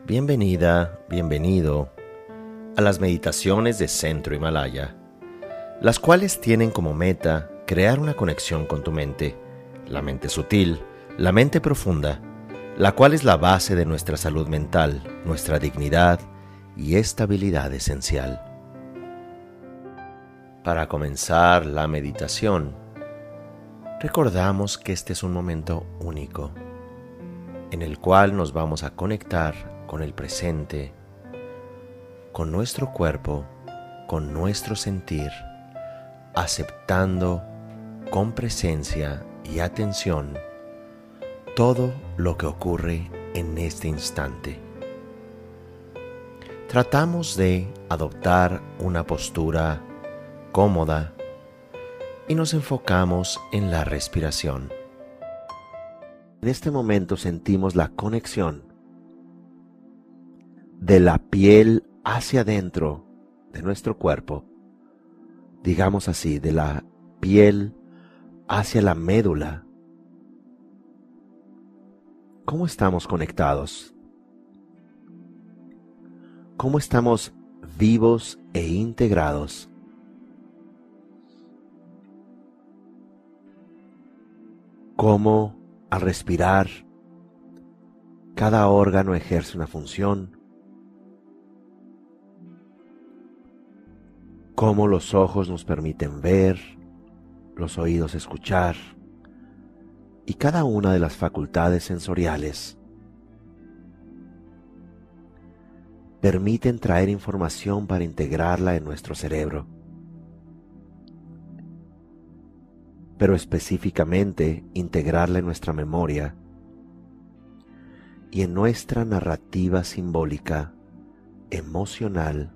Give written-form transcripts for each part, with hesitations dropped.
Bienvenida, bienvenido a las meditaciones de Centro Himalaya, las cuales tienen como meta crear una conexión con tu mente, la mente sutil, la mente profunda, la cual es la base de nuestra salud mental, nuestra dignidad y estabilidad esencial. Para comenzar la meditación, recordamos que este es un momento único, en el cual nos vamos a conectar con el presente, con nuestro cuerpo, con nuestro sentir, aceptando con presencia y atención todo lo que ocurre en este instante. Tratamos de adoptar una postura cómoda y nos enfocamos en la respiración. En este momento sentimos la conexión de la piel hacia adentro de nuestro cuerpo, digamos así, de la piel hacia la médula. ¿Cómo estamos conectados? ¿Cómo estamos vivos e integrados? ¿Cómo al respirar cada órgano ejerce una función? ¿Cómo los ojos nos permiten ver, los oídos escuchar y cada una de las facultades sensoriales permiten traer información para integrarla en nuestro cerebro? Pero específicamente integrarla en nuestra memoria y en nuestra narrativa simbólica, emocional,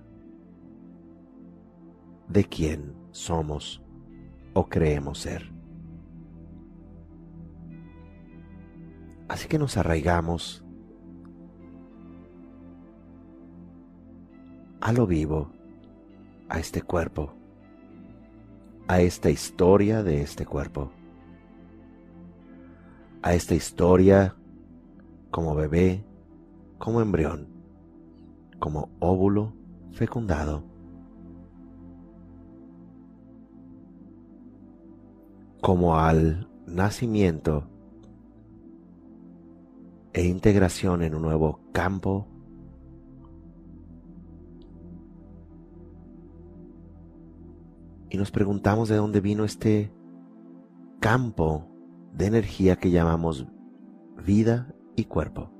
de quién somos o creemos ser. Así que nos arraigamos a lo vivo, a este cuerpo, a esta historia de este cuerpo, a esta historia como bebé, como embrión, como óvulo fecundado, como al nacimiento e integración en un nuevo campo y nos preguntamos de dónde vino este campo de energía que llamamos vida y cuerpo.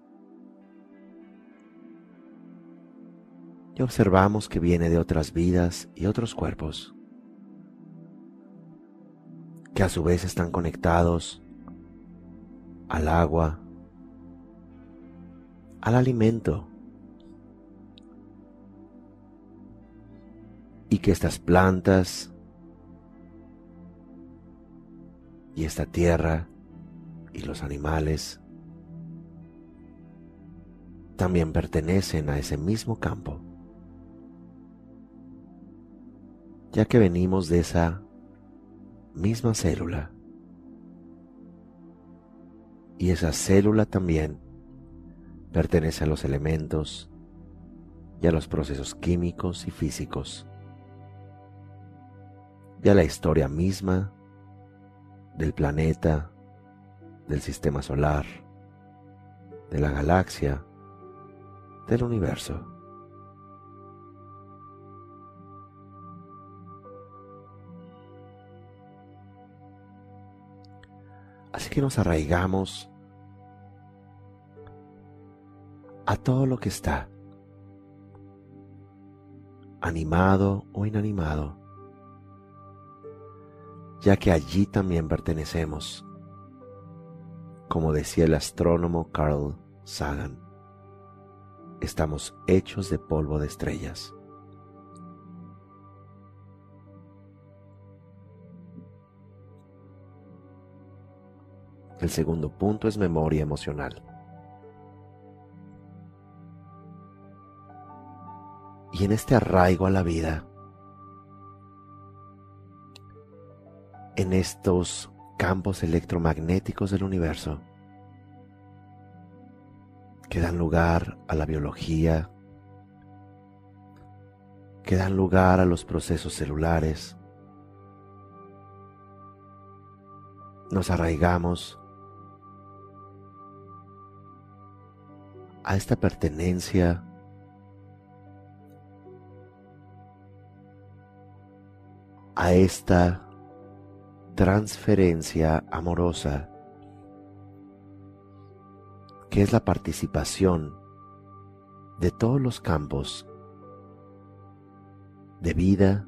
Y observamos que viene de otras vidas y otros cuerpos, que a su vez están conectados al agua, al alimento, y que estas plantas y esta tierra y los animales también pertenecen a ese mismo campo, ya que venimos de esa misma célula, y esa célula también pertenece a los elementos y a los procesos químicos y físicos y a la historia misma del planeta, del sistema solar, de la galaxia, del universo. Así que nos arraigamos a todo lo que está, animado o inanimado, ya que allí también pertenecemos, como decía el astrónomo Carl Sagan, estamos hechos de polvo de estrellas. El segundo punto es memoria emocional. Y en este arraigo a la vida, en estos campos electromagnéticos del universo, que dan lugar a la biología, que dan lugar a los procesos celulares. Nos arraigamos a esta pertenencia a esta transferencia amorosa, que es la participación de todos los campos de vida,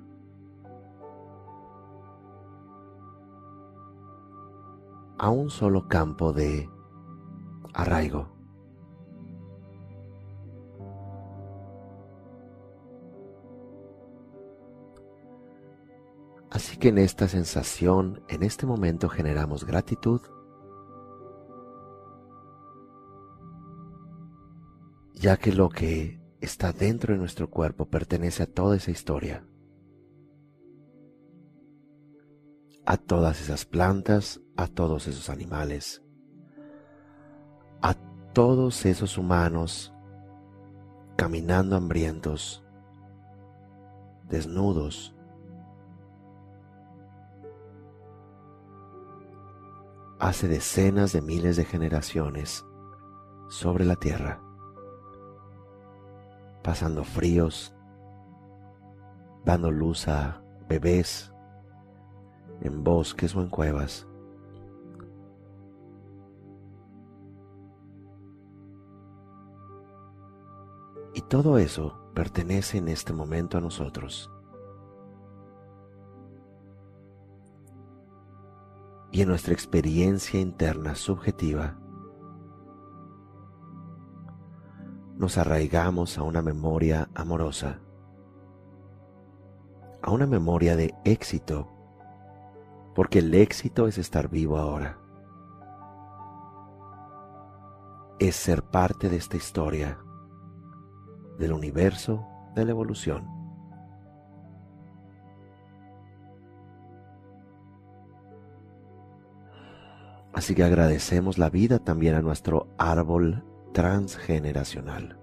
a un solo campo de arraigo. Así que en esta sensación, en este momento generamos gratitud, ya que lo que está dentro de nuestro cuerpo pertenece a toda esa historia, a todas esas plantas, a todos esos animales, a todos esos humanos caminando hambrientos, desnudos, hace decenas de miles de generaciones sobre la tierra, pasando fríos, dando luz a bebés en bosques o en cuevas. Y todo eso pertenece en este momento a nosotros. Y en nuestra experiencia interna subjetiva, nos arraigamos a una memoria amorosa, a una memoria de éxito, porque el éxito es estar vivo ahora, es ser parte de esta historia, del universo, de la evolución. Así que agradecemos la vida también a nuestro árbol transgeneracional.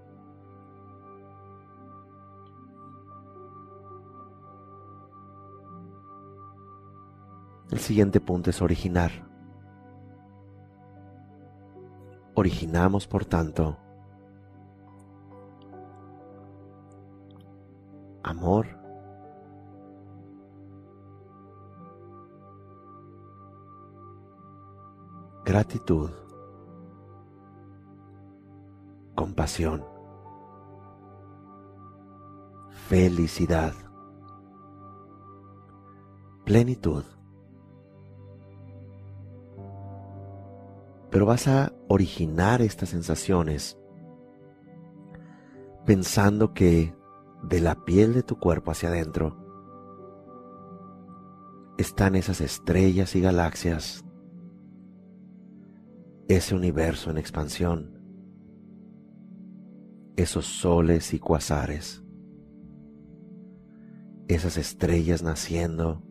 El siguiente punto es originar. Originamos, por tanto, amor, gratitud, compasión, felicidad, plenitud. Pero vas a originar estas sensaciones pensando que de la piel de tu cuerpo hacia adentro están esas estrellas y galaxias, ese universo en expansión, esos soles y cuasares, esas estrellas naciendo,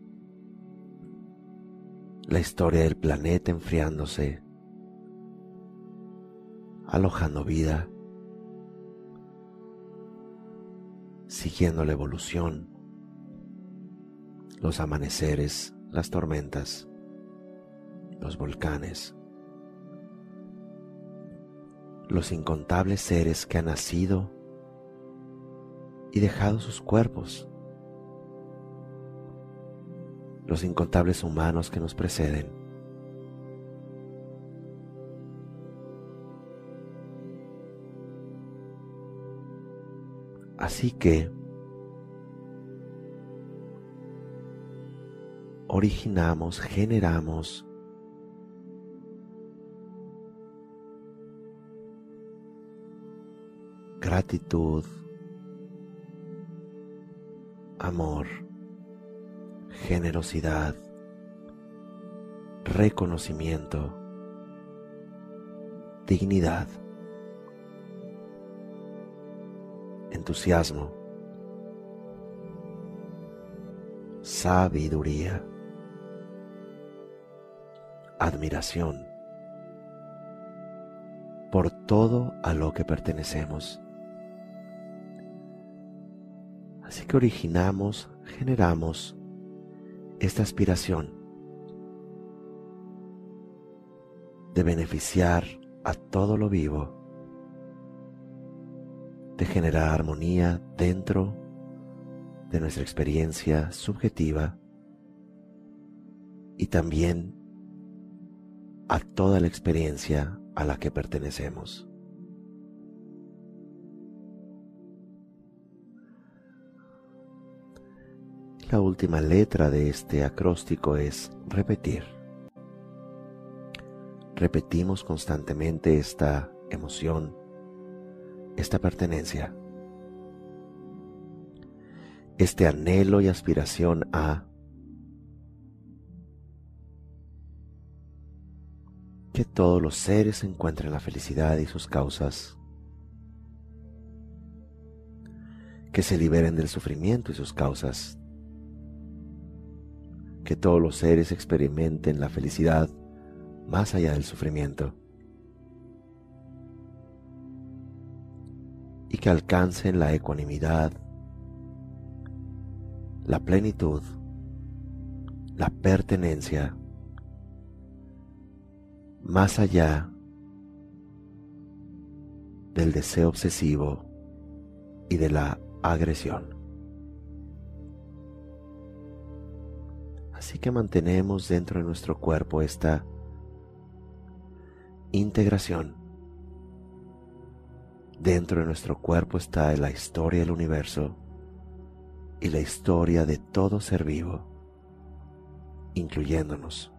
la historia del planeta enfriándose, alojando vida, siguiendo la evolución, los amaneceres, las tormentas, los volcanes, los incontables seres que han nacido y dejado sus cuerpos, los incontables humanos que nos preceden. Así que originamos, generamos gratitud, amor, generosidad, reconocimiento, dignidad, entusiasmo, sabiduría, admiración, por todo a lo que pertenecemos. Así que generamos esta aspiración de beneficiar a todo lo vivo, de generar armonía dentro de nuestra experiencia subjetiva y también a toda la experiencia a la que pertenecemos. La última letra de este acróstico es repetir. Repetimos constantemente esta emoción, esta pertenencia, este anhelo y aspiración a que todos los seres encuentren la felicidad y sus causas, que se liberen del sufrimiento y sus causas, que todos los seres experimenten la felicidad más allá del sufrimiento y que alcancen la ecuanimidad, la plenitud, la pertenencia, más allá del deseo obsesivo y de la agresión. Así que mantenemos dentro de nuestro cuerpo esta integración. Dentro de nuestro cuerpo está la historia del universo y la historia de todo ser vivo, incluyéndonos.